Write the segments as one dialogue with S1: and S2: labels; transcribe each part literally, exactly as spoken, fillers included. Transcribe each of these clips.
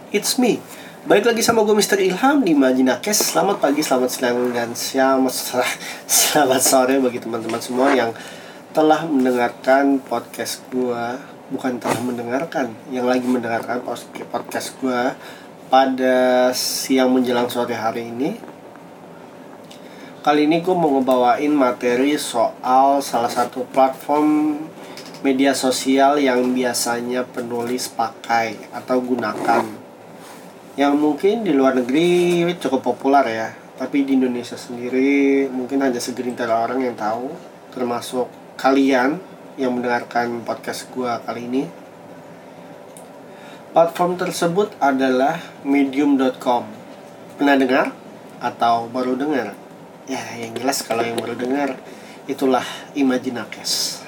S1: It's me. Balik lagi sama gue mister Ilham di Majinakes. Selamat pagi, selamat siang, dan siang selamat sore bagi teman-teman semua yang telah mendengarkan podcast gue. Bukan telah mendengarkan, yang lagi mendengarkan podcast gue pada siang menjelang sore hari ini. Kali ini gue mau ngebawain materi soal salah satu platform media sosial yang biasanya penulis pakai atau gunakan, yang mungkin di luar negeri cukup populer ya, tapi di Indonesia sendiri mungkin hanya segelintir orang yang tahu, termasuk kalian yang mendengarkan podcast gua kali ini. Platform tersebut adalah medium dot com. Pernah dengar atau baru dengar? Ya, yang jelas kalau yang baru dengar itulah Imajinakes.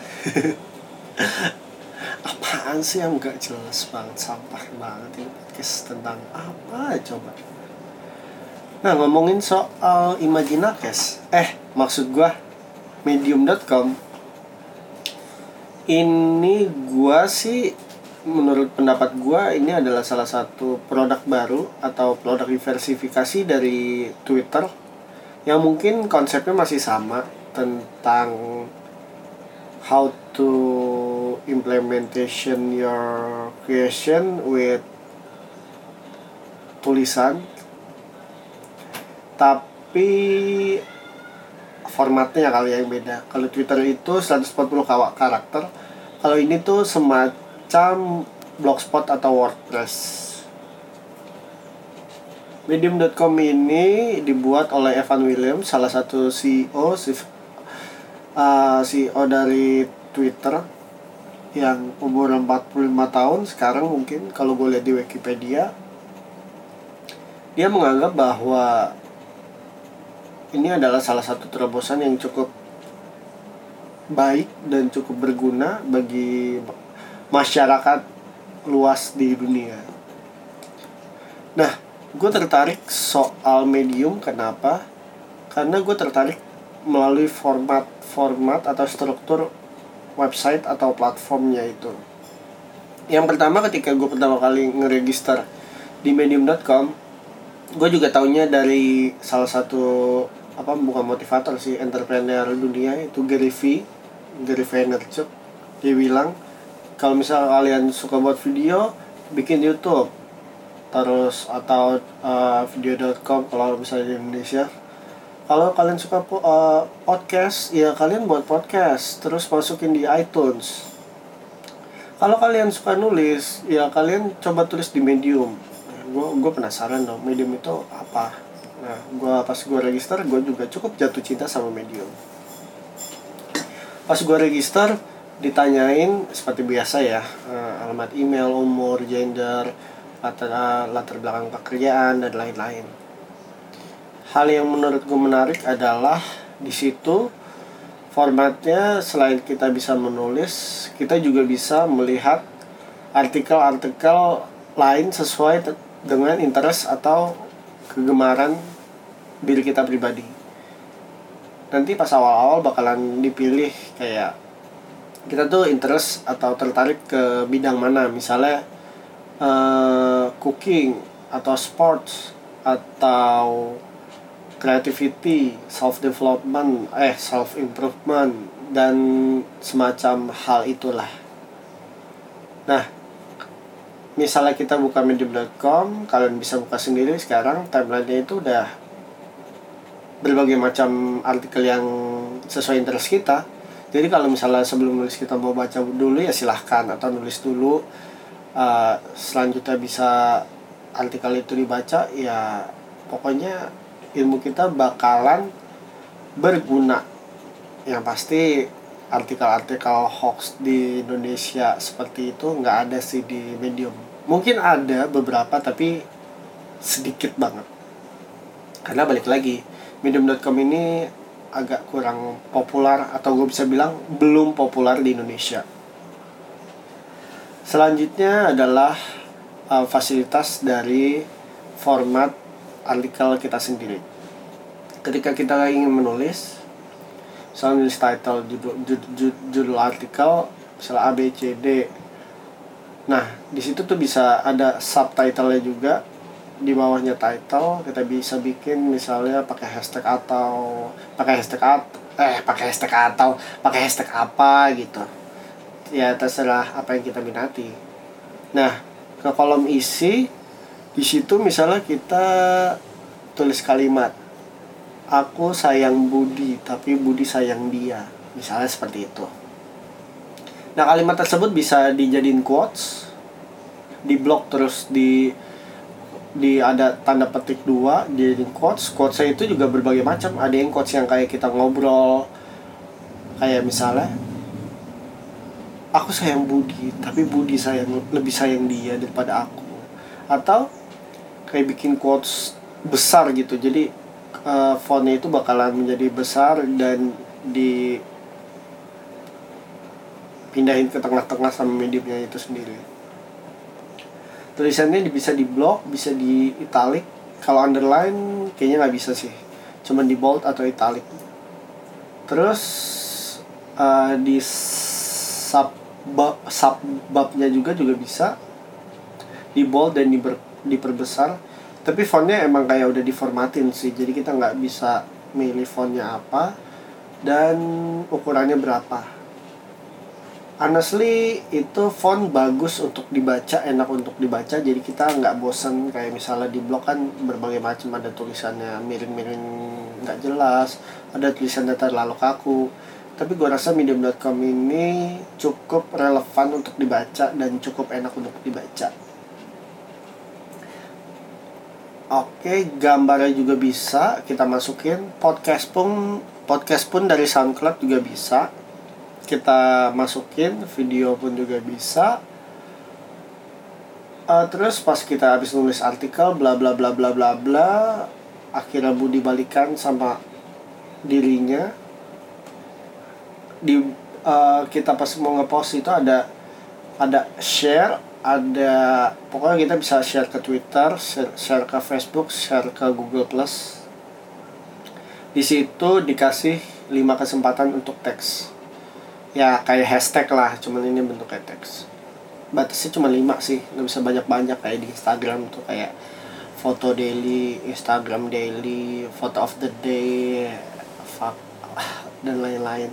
S1: Apaan sih yang gak jelas banget, sampah banget ini podcast tentang apa coba. Nah, ngomongin soal Imajinakes, eh maksud gue medium dot com, ini gue sih, menurut pendapat gue ini adalah salah satu produk baru atau produk diversifikasi dari Twitter, yang mungkin konsepnya masih sama tentang how to implementation your creation with tulisan, tapi formatnya kali yang beda. Kalau Twitter itu seratus empat puluh karakter, kalau ini tuh semacam blogspot atau WordPress. medium dot com ini dibuat oleh Evan Williams, salah satu C E O uh, C E O dari Twitter, yang umur empat puluh lima tahun sekarang mungkin kalau gue lihat di Wikipedia. Dia menganggap bahwa ini adalah salah satu terobosan yang cukup baik dan cukup berguna bagi masyarakat luas di dunia. Nah, gue tertarik soal medium, kenapa? Karena gue tertarik melalui format-format atau struktur website atau platformnya itu. Yang pertama, ketika gue pertama kali ngeregister di medium dot com, gue juga taunya dari salah satu apa bukan motivator sih, entrepreneur dunia, itu Gary V, Gary Vaynerchuk. Dia bilang kalau misal kalian suka buat video, bikin YouTube, terus atau uh, video dot com kalau misalnya di Indonesia. Kalau kalian suka uh, podcast, ya kalian buat podcast, terus masukin di iTunes. Kalau kalian suka nulis, ya kalian coba tulis di Medium. Gue gue penasaran dong, Medium itu apa. Nah, gue pas gue register, gue juga cukup jatuh cinta sama Medium. Pas gue register, ditanyain seperti biasa ya, uh, alamat email, umur, gender, latar, uh, latar belakang pekerjaan, dan lain-lain. Hal yang menurut gue menarik adalah di situ formatnya, selain kita bisa menulis, kita juga bisa melihat artikel-artikel lain sesuai dengan interest atau kegemaran diri kita pribadi. Nanti pas awal-awal bakalan dipilih kayak kita tuh interest atau tertarik ke bidang mana, misalnya uh, cooking atau sports atau creativity, self development, eh self improvement, dan semacam hal itulah. Nah, misalnya kita buka medium dot com, kalian bisa buka sendiri sekarang, timeline-nya itu udah berbagai macam artikel yang sesuai interest kita. Jadi kalau misalnya sebelum nulis kita mau baca dulu, ya silahkan, atau nulis dulu, uh, selanjutnya bisa artikel itu dibaca. Ya pokoknya ilmu kita bakalan berguna. Yang pasti artikel-artikel hoax di Indonesia seperti itu nggak ada sih di Medium. Mungkin ada beberapa, tapi sedikit banget. Karena balik lagi, medium dot com ini agak kurang populer, atau gue bisa bilang belum populer di Indonesia. Selanjutnya adalah uh, fasilitas dari format artikel kita sendiri. Ketika kita ingin menulis, misalnya nulis title, judul, judul, judul artikel, misalnya A B C D, Nah, di situ tuh bisa ada subtitle-nya juga. Di bawahnya title kita bisa bikin misalnya pakai hashtag atau pakai hashtag at, eh pakai hashtag atau pakai hashtag apa gitu. Ya terserah apa yang kita minati. Nah, ke kolom isi di situ misalnya kita tulis kalimat, aku sayang Budi tapi Budi sayang dia, misalnya seperti itu. Nah, kalimat tersebut bisa dijadiin quotes, di blok terus di di ada tanda petik dua di quotes. Quotesnya itu juga berbagai macam. Ada yang quotes yang kayak kita ngobrol, kayak misalnya aku sayang Budi tapi Budi sayang lebih sayang dia daripada aku. Atau kayak bikin quotes besar gitu, jadi uh, fontnya itu bakalan menjadi besar dan dipindahin ke tengah-tengah sama mediumnya itu sendiri. Tulisannya bisa di block, bisa di italic. Kalau underline kayaknya nggak bisa sih, cuman di bold atau italic. Terus uh, di sub subbabnya juga juga bisa di bold dan di ber, diperbesar. Tapi fontnya emang kayak udah diformatin sih, jadi kita nggak bisa milih fontnya apa dan ukurannya berapa. Honestly itu font bagus untuk dibaca, enak untuk dibaca, jadi kita nggak bosan. Kayak misalnya di blog kan berbagai macam, ada tulisannya miring-miring nggak jelas, ada tulisannya terlalu kaku. Tapi gue rasa medium dot com ini cukup relevan untuk dibaca dan cukup enak untuk dibaca. Oke, gambarnya juga bisa kita masukin. Podcast pun podcast pun dari SoundCloud juga bisa kita masukin, video pun juga bisa. Uh, terus pas kita habis nulis artikel bla bla bla bla bla bla, akhirnya Budi balikan sama dirinya. Di uh, kita pas mau ngepost itu ada ada share, ada pokoknya kita bisa share ke Twitter, share, share ke Facebook, share ke Google Plus. Di situ dikasih lima kesempatan untuk teks. Ya kayak hashtag lah, cuman ini bentuknya teks. Batasnya cuma lima sih, nggak bisa banyak-banyak kayak di Instagram tuh, kayak foto daily, Instagram daily, photo of the day, fuck, dan lain-lain.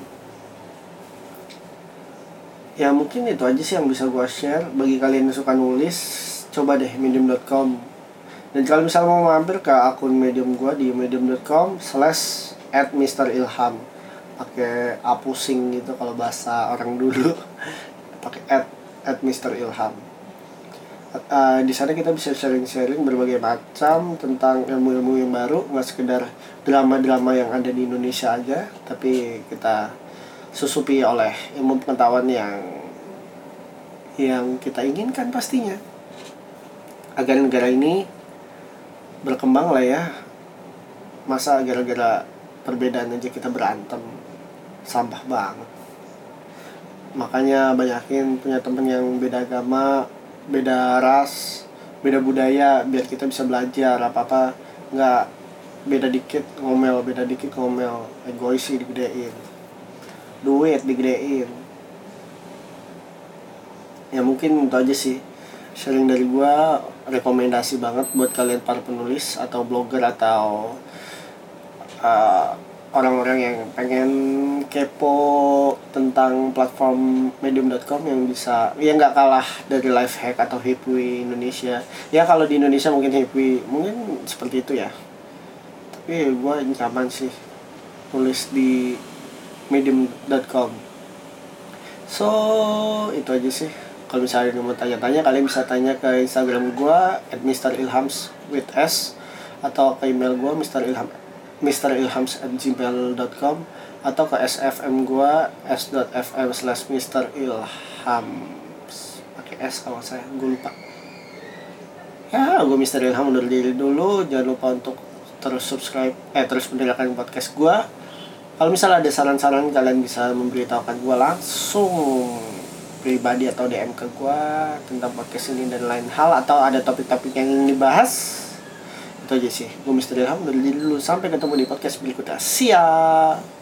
S1: Ya mungkin itu aja sih yang bisa gue share. Bagi kalian yang suka nulis, coba deh medium dot com. Dan kalau misalnya mau mampir ke akun medium gue di medium dot com slash at mister ilham, pakai a pusing gitu kalau bahasa orang dulu, pakai at at mister ilham. Uh, di sana kita bisa sharing-sharing berbagai macam tentang ilmu-ilmu yang baru, nggak sekedar drama-drama yang ada di Indonesia aja, tapi kita susupi oleh ilmu pengetahuan yang yang kita inginkan pastinya, agar negara ini berkembang lah ya. Masa gara-gara perbedaan aja kita berantem, sampah banget. Makanya banyakin punya temen yang beda agama, beda ras, beda budaya, biar kita bisa belajar. Apa-apa nggak beda dikit ngomel, beda dikit ngomel, egois sih digedein, duit digedein. Ya mungkin itu aja sih sharing dari gua. Rekomendasi banget buat kalian para penulis atau blogger atau uh, orang-orang yang pengen kepo tentang platform medium dot com yang bisa, ya nggak kalah dari life hack atau Hipwi Indonesia. Ya kalau di Indonesia mungkin Hipwi mungkin seperti itu ya, tapi gue nyaman sih tulis di medium dot com. So itu aja sih. Kalau misalnya mau tanya-tanya, kalian bisa tanya ke Instagram gue at mister ilhams with s, atau ke email gue misterilham misterilhams at gmail dot com, atau ke S F M gue s dot f m slash misterilhams pakai S kalau saya, gue lupa. Ya, gue Mister Ilham undur diri dulu. Jangan lupa untuk terus subscribe, eh terus mendengarkan podcast gue. Kalau misalnya ada saran-saran, kalian bisa memberitahukan gue langsung pribadi atau D M ke gue tentang podcast ini dan lain hal, atau ada topik-topik yang ingin dibahas. Itu aja sih. Gue Mister Ilham undur diri dulu. Sampai ketemu di podcast berikutnya. See ya.